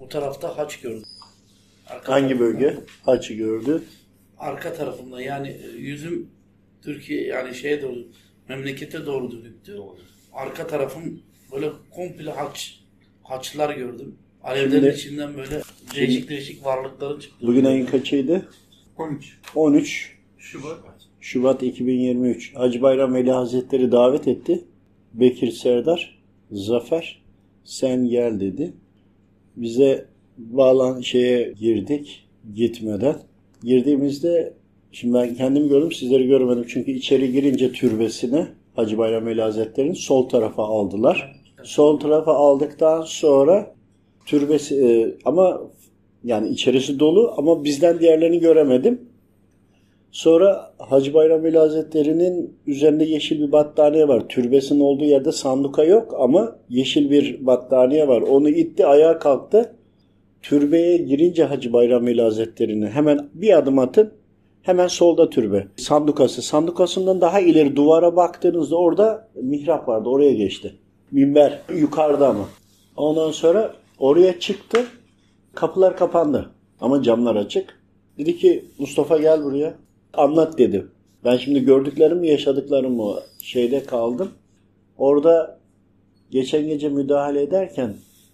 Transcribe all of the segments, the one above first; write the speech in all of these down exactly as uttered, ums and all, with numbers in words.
O tarafta haç gördüm. Arka Hangi bölge? Haçı gördü. Arka tarafında yani yüzüm Türkiye yani şeye doğru, memlekete doğru dönüktü. Arka tarafım böyle komple haç, haçlar gördüm. Alevlerin Şimdi, içinden böyle değişik değişik varlıkların çıktı. Bugün ayın kaçıydı? on üç. on üç Şubat. Şubat iki bin yirmi üç. Hacı Bayram Veli Hazretleri davet etti. Bekir Serdar, Zafer, sen gel dedi. Bize bağlan şeye girdik gitmeden. Girdiğimizde şimdi ben kendimi gördüm, sizleri görmedim. Çünkü içeri girince türbesine Hacı Bayram Veli Hazretleri'nin sol tarafa aldılar. Sol tarafa aldıktan sonra türbesi e, ama yani içerisi dolu ama bizden diğerlerini göremedim. Sonra Hacı Bayram Veli Hazretleri'nin üzerinde yeşil bir battaniye var. Türbesinin olduğu yerde sanduka yok ama yeşil bir battaniye var. Onu itti, ayağa kalktı. Türbeye girince Hacı Bayram Veli Hazretleri'ni hemen bir adım atın. Hemen solda türbe. Sandukası. Sandukasından daha ileri duvara baktığınızda orada mihrap vardı. Oraya geçti. Minber yukarıda ama. Ondan sonra oraya çıktı. Kapılar kapandı. Ama camlar açık. Dedi ki Mustafa gel buraya. Anlat dedi. Ben şimdi gördüklerimi, yaşadıklarımı şeyde kaldım. Orada geçen gece müdahale ederken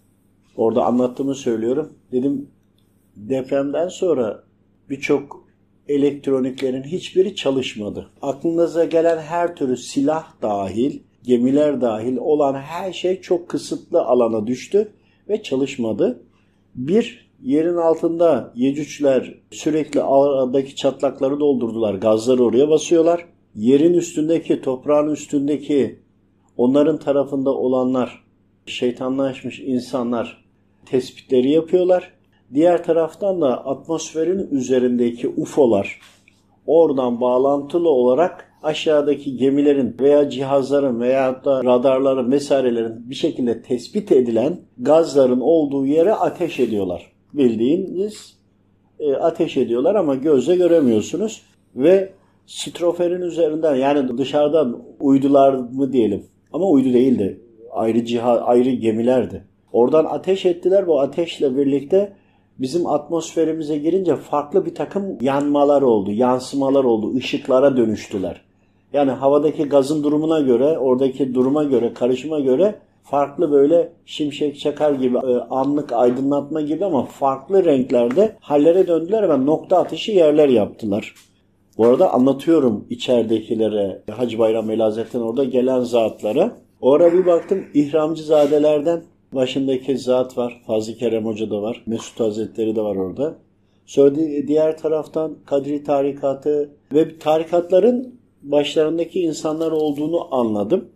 orada anlattığımı söylüyorum. Dedim depremden sonra birçok elektroniklerin hiçbiri çalışmadı. Aklınıza gelen her türlü silah dahil, gemiler dahil olan her şey çok kısıtlı alana düştü ve çalışmadı. Bir, yerin altında Yecücler sürekli aradaki çatlakları doldurdular. Gazları oraya basıyorlar. Yerin üstündeki, toprağın üstündeki onların tarafında olanlar, şeytanlaşmış insanlar tespitleri yapıyorlar. Diğer taraftan da atmosferin üzerindeki U F O'lar oradan bağlantılı olarak aşağıdaki gemilerin veya cihazların veya da radarların vesairelerin bir şekilde tespit edilen gazların olduğu yere ateş ediyorlar. Bildiğiniz e, ateş ediyorlar ama gözle göremiyorsunuz ve stroferin üzerinden yani dışarıdan uydular mı diyelim ama uydu değildi. Ayrı cihaz, ayrı gemilerdi. Oradan ateş ettiler. Bu ateşle birlikte bizim atmosferimize girince farklı bir takım yanmalar oldu, yansımalar oldu, ışıklara dönüştüler. Yani havadaki gazın durumuna göre, oradaki duruma göre, karışıma göre farklı böyle şimşek çakar gibi, anlık aydınlatma gibi ama farklı renklerde hallere döndüler ve nokta atışı yerler yaptılar. Bu arada anlatıyorum içeridekilere, Hacı Bayram Veli Hazretleri'nin orada gelen zatlara. Orada bir baktım İhramcızadelerden başındaki zat var. Fazıl Kerem Hoca da var. Mesut Hazretleri de var orada. Sonra diğer taraftan Kadri tarikatı ve tarikatların başlarındaki insanlar olduğunu anladım.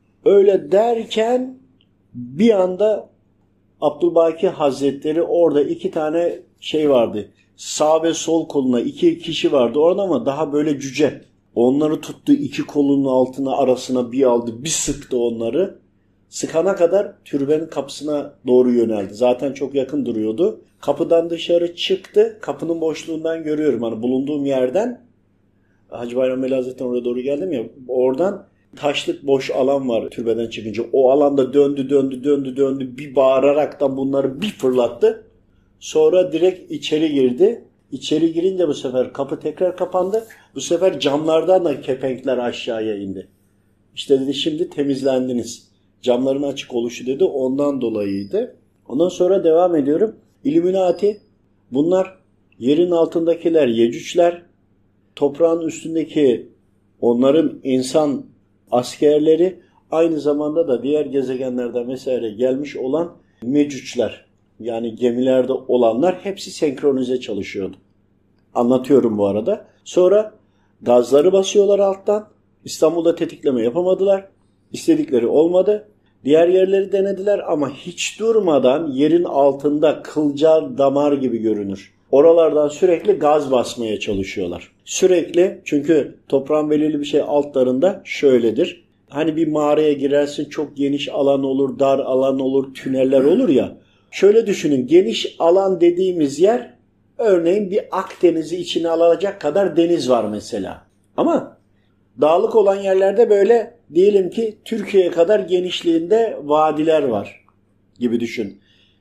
Öyle derken bir anda Abdülbaki Hazretleri orada iki tane şey vardı. Sağ ve sol koluna iki kişi vardı orada ama daha böyle cüce. Onları tuttu, iki kolunun altına arasına bir aldı, bir sıktı onları. Sıkana kadar türbenin kapısına doğru yöneldi. Zaten çok yakın duruyordu. Kapıdan dışarı çıktı. Kapının boşluğundan görüyorum. Hani bulunduğum yerden Hacı Bayram Veli Hazretleri'ne oraya doğru geldim ya. Oradan taşlık boş alan var türbeden çıkınca. O alanda döndü döndü döndü döndü. Bir bağıraraktan bunları bir fırlattı. Sonra direkt içeri girdi. İçeri girince bu sefer kapı tekrar kapandı. Bu sefer camlardan da kepenkler aşağıya indi. İşte dedi şimdi temizlendiniz. Camların açık oluşu dedi ondan dolayıydı. Ondan sonra devam ediyorum. İlluminati bunlar yerin altındakiler Yecücler, toprağın üstündeki onların insan askerleri aynı zamanda da diğer gezegenlerden vesaire gelmiş olan Mecücler. Yani gemilerde olanlar hepsi senkronize çalışıyordu. Anlatıyorum bu arada. Sonra gazları basıyorlar alttan. İstanbul'da tetikleme yapamadılar. İstedikleri olmadı. Diğer yerleri denediler ama hiç durmadan yerin altında kılcal damar gibi görünür. Oralardan sürekli gaz basmaya çalışıyorlar. Sürekli çünkü toprağın belirli bir şey altlarında şöyledir. Hani bir mağaraya girersin çok geniş alan olur, dar alan olur, tüneller olur ya. Şöyle düşünün geniş alan dediğimiz yer örneğin bir Akdeniz'i içine alacak kadar deniz var mesela. Ama dağlık olan yerlerde böyle diyelim ki Türkiye'ye kadar genişliğinde vadiler var gibi düşün.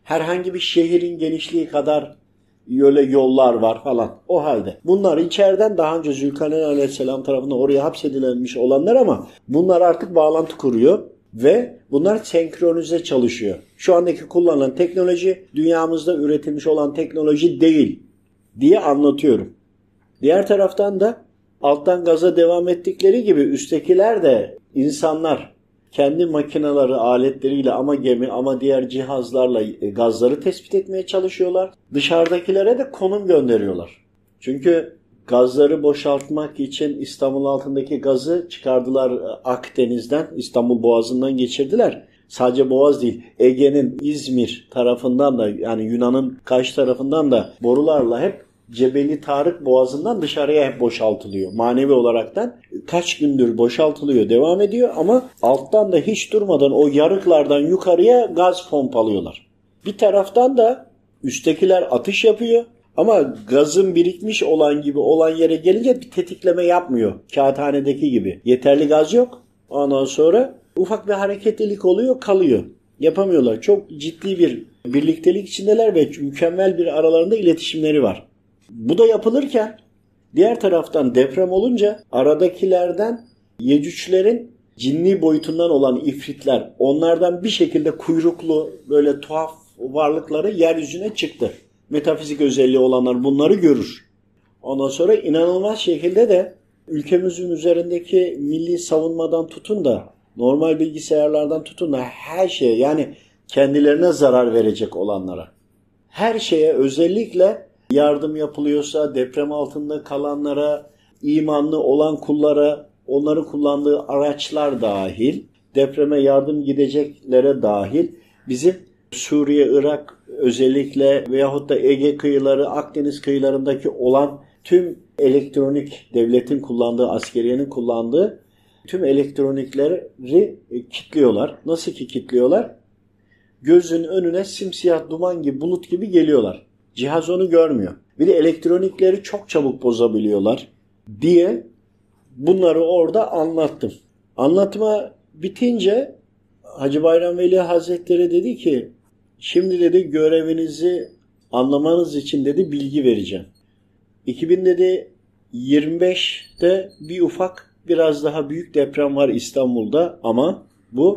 Herhangi bir şehrin genişliği kadar öyle yollar var falan. O halde. Bunlar içeriden daha önce Zülkarneyn Aleyhisselam tarafından oraya hapsedilmiş olanlar ama bunlar artık bağlantı kuruyor ve bunlar senkronize çalışıyor. Şu andaki kullanılan teknoloji dünyamızda üretilmiş olan teknoloji değil diye anlatıyorum. Diğer taraftan da alttan gaza devam ettikleri gibi üsttekiler de insanlar kendi makineleri, aletleriyle ama gemi ama diğer cihazlarla gazları tespit etmeye çalışıyorlar. Dışarıdakilere de konum gönderiyorlar. Çünkü gazları boşaltmak için İstanbul altındaki gazı çıkardılar Akdeniz'den, İstanbul Boğazı'ndan geçirdiler. Sadece Boğaz değil, Ege'nin İzmir tarafından da yani Yunan'ın karşı tarafından da borularla hep Cebeli Tarık Boğazı'ndan dışarıya hep boşaltılıyor. Manevi olaraktan kaç gündür boşaltılıyor, devam ediyor ama alttan da hiç durmadan o yarıklardan yukarıya gaz pompalıyorlar. Bir taraftan da üsttekiler atış yapıyor ama gazın birikmiş olan gibi olan yere gelince bir tetikleme yapmıyor. Kağıthanedeki gibi. Yeterli gaz yok. Ondan sonra ufak bir hareketlilik oluyor, kalıyor. Yapamıyorlar. Çok ciddi bir birliktelik içindeler ve mükemmel bir aralarında iletişimleri var. Bu da yapılırken diğer taraftan deprem olunca aradakilerden Yecüclerin cinni boyutundan olan ifritler, onlardan bir şekilde kuyruklu böyle tuhaf varlıkları yeryüzüne çıktı. Metafizik özelliği olanlar bunları görür. Ondan sonra inanılmaz şekilde de ülkemizin üzerindeki milli savunmadan tutun da normal bilgisayarlardan tutun da her şeye yani kendilerine zarar verecek olanlara her şeye özellikle yardım yapılıyorsa deprem altında kalanlara, imanlı olan kullara, onların kullandığı araçlar dahil, depreme yardım gideceklere dahil, bizim Suriye, Irak özellikle veyahut da Ege kıyıları, Akdeniz kıyılarındaki olan tüm elektronik, devletin kullandığı, askeriyenin kullandığı tüm elektronikleri kilitliyorlar. Nasıl ki kilitliyorlar? Gözün önüne simsiyah duman gibi, bulut gibi geliyorlar. Cihaz onu görmüyor. Bir de elektronikleri çok çabuk bozabiliyorlar diye bunları orada anlattım. Anlatma bitince Hacı Bayram Veli Hazretleri dedi ki şimdi dedi görevinizi anlamanız için dedi bilgi vereceğim. iki bin yirmi beşte bir ufak biraz daha büyük deprem var İstanbul'da ama bu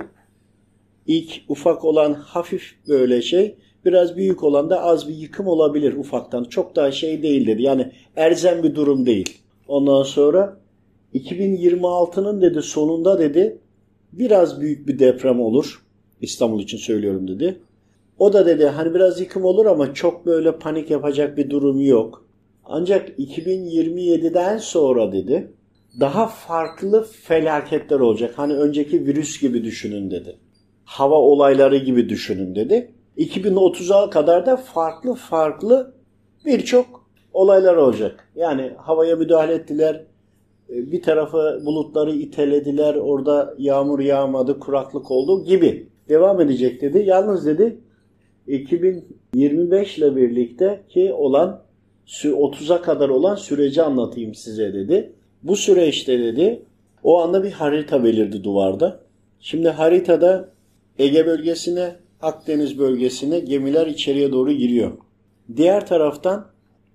ilk ufak olan hafif böyle şey biraz büyük olan da az bir yıkım olabilir ufaktan. Çok daha şey değil dedi. Yani erzem bir durum değil. Ondan sonra iki bin yirmi altının dedi sonunda dedi biraz büyük bir deprem olur. İstanbul için söylüyorum dedi. O da dedi hani biraz yıkım olur ama çok böyle panik yapacak bir durum yok. Ancak iki bin yirmi yediden sonra dedi daha farklı felaketler olacak. Hani önceki virüs gibi düşünün dedi. Hava olayları gibi düşünün dedi. iki bin otuza kadar da farklı farklı birçok olaylar olacak. Yani havaya müdahale ettiler. Bir tarafa bulutları itelediler. Orada yağmur yağmadı, kuraklık oldu gibi. Devam edecek dedi. Yalnız dedi iki bin yirmi beş ile birlikte ki olan otuza kadar olan süreci anlatayım size dedi. Bu süreçte dedi o anda bir harita belirdi duvarda. Şimdi haritada Ege bölgesine, Akdeniz bölgesine gemiler içeriye doğru giriyor. Diğer taraftan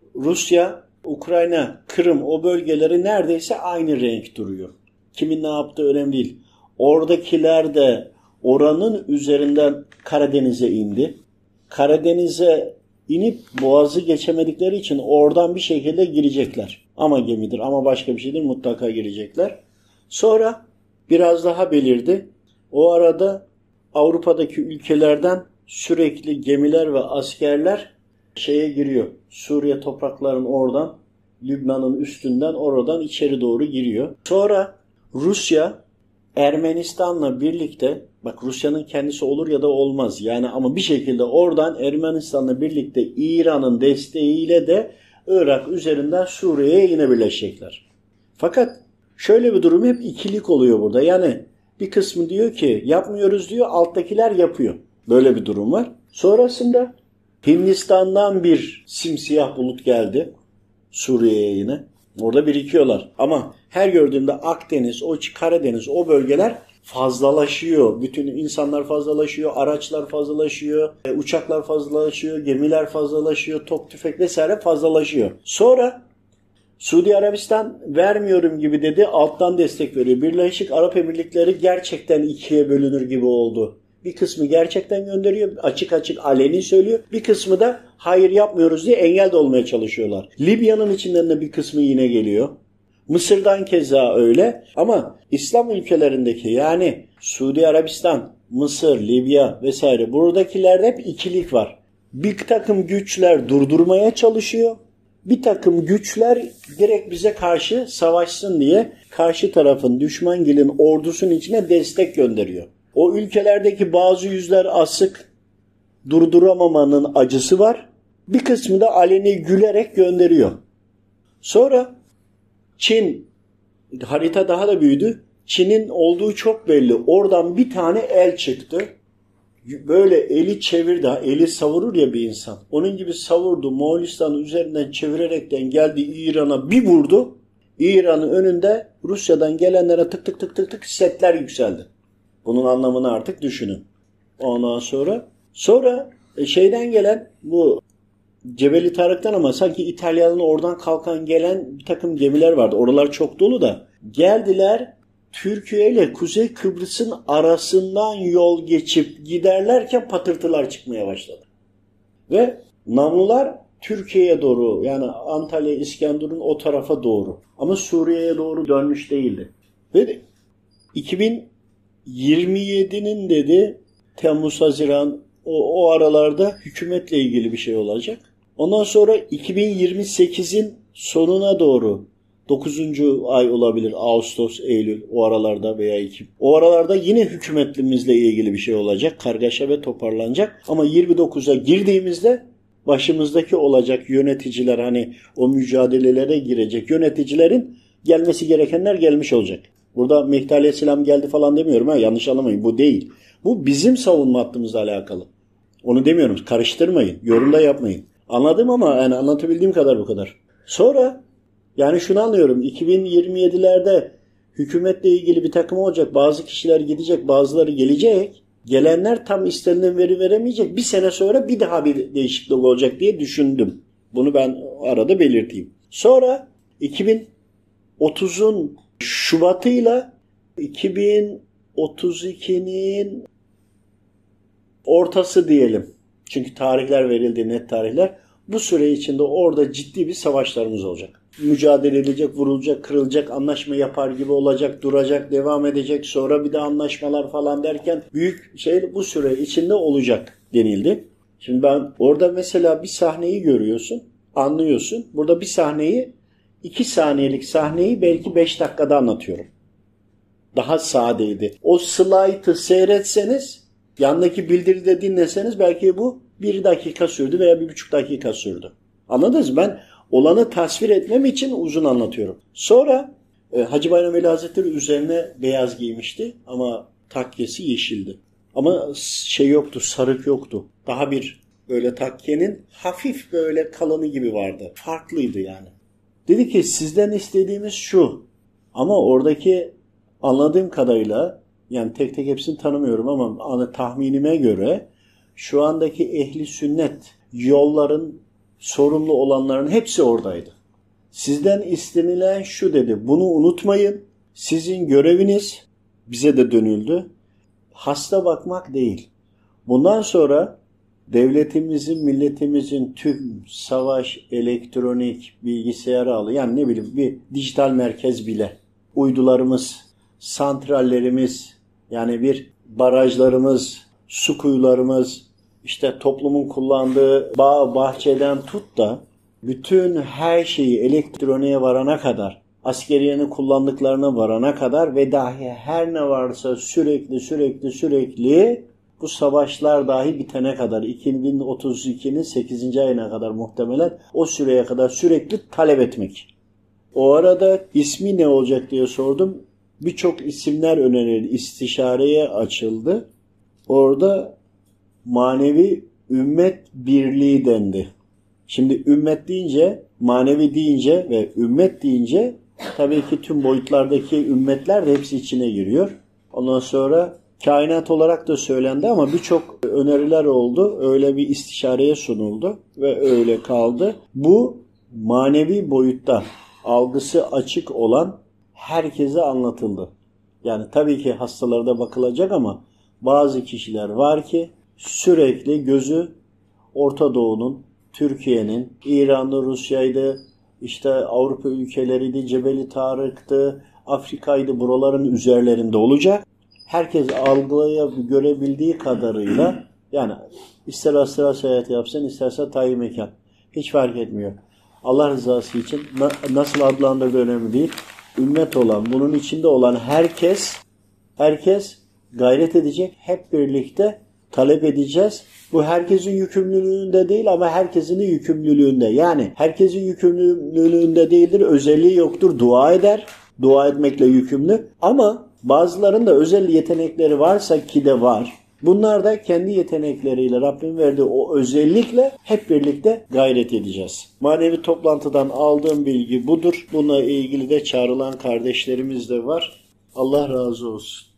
Rusya, Ukrayna, Kırım o bölgeleri neredeyse aynı renk duruyor. Kimin ne yaptığı önemli değil. Oradakiler de oranın üzerinden Karadeniz'e indi. Karadeniz'e inip boğazı geçemedikleri için oradan bir şekilde girecekler. Ama gemidir ama başka bir şeydir mutlaka girecekler. Sonra biraz daha belirdi. O arada Avrupa'daki ülkelerden sürekli gemiler ve askerler şeye giriyor. Suriye topraklarının oradan, Lübnan'ın üstünden oradan içeri doğru giriyor. Sonra Rusya Ermenistan'la birlikte, bak Rusya'nın kendisi olur ya da olmaz yani ama bir şekilde oradan Ermenistan'la birlikte İran'ın desteğiyle de Irak üzerinden Suriye'ye yine birleşecekler. Fakat şöyle bir durum hep ikilik oluyor burada. Yani bir kısmı diyor ki yapmıyoruz diyor, alttakiler yapıyor. Böyle bir durum var. Sonrasında Hindistan'dan bir simsiyah bulut geldi Suriye'ye yine. Orada birikiyorlar. Ama her gördüğümde Akdeniz, o Karadeniz, o bölgeler fazlalaşıyor. Bütün insanlar fazlalaşıyor, araçlar fazlalaşıyor, uçaklar fazlalaşıyor, gemiler fazlalaşıyor, top tüfek vesaire fazlalaşıyor. Sonra Suudi Arabistan vermiyorum gibi dedi, alttan destek veriyor. Birleşik Arap Emirlikleri gerçekten ikiye bölünür gibi oldu. Bir kısmı gerçekten gönderiyor, açık açık aleni söylüyor. Bir kısmı da hayır yapmıyoruz diye engel de olmaya çalışıyorlar. Libya'nın içinden de bir kısmı yine geliyor. Mısır'dan keza öyle. Ama İslam ülkelerindeki yani Suudi Arabistan, Mısır, Libya vesaire buradakilerde hep ikilik var. Bir takım güçler durdurmaya çalışıyor. Bir takım güçler direkt bize karşı savaşsın diye karşı tarafın, düşmangilin ordusunun içine destek gönderiyor. O ülkelerdeki bazı yüzler asık, durduramamanın acısı var. Bir kısmı da aleni gülerek gönderiyor. Sonra Çin, harita daha da büyüdü. Çin'in olduğu çok belli. Oradan bir tane el çıktı. Böyle eli çevirdi. Eli savurur ya bir insan. Onun gibi savurdu. Moğolistan'ın üzerinden çevirerekten geldi İran'a bir vurdu. İran'ın önünde Rusya'dan gelenlere tık tık tık tık tık setler yükseldi. Bunun anlamını artık düşünün. Ondan sonra sonra şeyden gelen bu Cebeli Tarık'tan ama sanki İtalya'nın oradan kalkan gelen bir takım gemiler vardı. Oralar çok dolu da. Geldiler Türkiye ile Kuzey Kıbrıs'ın arasından yol geçip giderlerken patırtılar çıkmaya başladı. Ve namlular Türkiye'ye doğru yani Antalya, İskenderun o tarafa doğru. Ama Suriye'ye doğru dönmüş değildi. Ve iki bin yirmi yedinin dedi Temmuz, Haziran o, o aralarda hükümetle ilgili bir şey olacak. Ondan sonra iki bin yirmi sekizin sonuna doğru dokuzuncu ay olabilir. Ağustos, Eylül o aralarda veya Ekim. O aralarda yine hükümetimizle ilgili bir şey olacak. Kargaşa ve toparlanacak. Ama yirmi dokuza girdiğimizde başımızdaki olacak yöneticiler hani o mücadelelere girecek yöneticilerin gelmesi gerekenler gelmiş olacak. Burada Mehdi Aleyhisselam geldi falan demiyorum ha yanlış anlamayın bu değil. Bu bizim savunma hattımızla alakalı. Onu demiyorum karıştırmayın yorumda yapmayın. Anladım ama yani anlatabildiğim kadar bu kadar. Sonra yani şunu anlıyorum iki bin yirmi yedilerde hükümetle ilgili bir takım olacak bazı kişiler gidecek bazıları gelecek. Gelenler tam istenilen veri veremeyecek. Bir sene sonra bir daha bir değişiklik olacak diye düşündüm. Bunu ben arada belirteyim. Sonra iki bin otuzun Şubat'ıyla iki bin otuz ikinin ortası diyelim. Çünkü tarihler verildi, net tarihler. Bu süre içinde orada ciddi bir savaşlarımız olacak. Mücadele edilecek, vurulacak, kırılacak, anlaşma yapar gibi olacak, duracak, devam edecek. Sonra bir de anlaşmalar falan derken büyük şey bu süre içinde olacak denildi. Şimdi ben orada mesela bir sahneyi görüyorsun, anlıyorsun. Burada bir sahneyi, iki saniyelik sahneyi belki beş dakikada anlatıyorum. Daha sadeydi. O slaytı seyretseniz, yandaki bildiride dinleseniz belki bu bir dakika sürdü veya bir buçuk dakika sürdü. Anladınız mı? Ben olanı tasvir etmem için uzun anlatıyorum. Sonra e, Hacı Bayram Veli Hazretleri üzerine beyaz giymişti ama takkesi yeşildi. Ama şey yoktu, sarık yoktu. Daha bir böyle takkenin hafif böyle kalanı gibi vardı. Farklıydı yani. Dedi ki sizden istediğimiz şu. Ama oradaki anladığım kadarıyla yani tek tek hepsini tanımıyorum ama tahminime göre şu andaki ehli sünnet yolların sorumlu olanların hepsi oradaydı. Sizden istenilen şu dedi. Bunu unutmayın. Sizin göreviniz bize de dönüldü. Hasta bakmak değil. Bundan sonra devletimizin, milletimizin tüm savaş, elektronik, bilgisayar alı yani ne bileyim bir dijital merkez bile uydularımız, santrallerimiz yani bir barajlarımız, su kuyularımız, işte toplumun kullandığı bağ, bahçeden tut da bütün her şeyi elektroniğe varana kadar, askeriyenin kullandıklarına varana kadar ve dahi her ne varsa sürekli sürekli sürekli bu savaşlar dahi bitene kadar iki bin otuz ikinin sekizinci ayına kadar muhtemelen o süreye kadar sürekli talep etmek. O arada ismi ne olacak diye sordum. Birçok isimler önerildi. İstişareye açıldı. Orada manevi ümmet birliği dendi. Şimdi ümmet deyince, manevi deyince ve ümmet deyince tabii ki tüm boyutlardaki ümmetler de hepsi içine giriyor. Ondan sonra kainat olarak da söylendi ama birçok öneriler oldu. Öyle bir istişareye sunuldu ve öyle kaldı. Bu manevi boyutta algısı açık olan herkese anlatıldı. Yani tabii ki hastalarda bakılacak ama bazı kişiler var ki sürekli gözü Orta Doğu'nun, Türkiye'nin, İran'da, Rusya'ydı, işte Avrupa ülkeleriydi, Cebeli Tarık'tı, Afrika'ydı, buraların üzerlerinde olacak. Herkes algılayıp görebildiği kadarıyla, yani ister astral seyahat yapsın, isterse tayyi mekan, hiç fark etmiyor. Allah rızası için nasıl adlandırdığı önemli değil. Ümmet olan, bunun içinde olan herkes, herkes gayret edecek, hep birlikte talep edeceğiz. Bu herkesin yükümlülüğünde değil ama herkesin yükümlülüğünde. Yani herkesin yükümlülüğünde değildir, özelliği yoktur, dua eder. Dua etmekle yükümlü. Ama bazılarının da özel yetenekleri varsa, ki de var. Bunlar da kendi yetenekleriyle, Rabbim verdiği o özellikle hep birlikte gayret edeceğiz. Manevi toplantıdan aldığım bilgi budur. Bununla ilgili de çağrılan kardeşlerimiz de var. Allah razı olsun.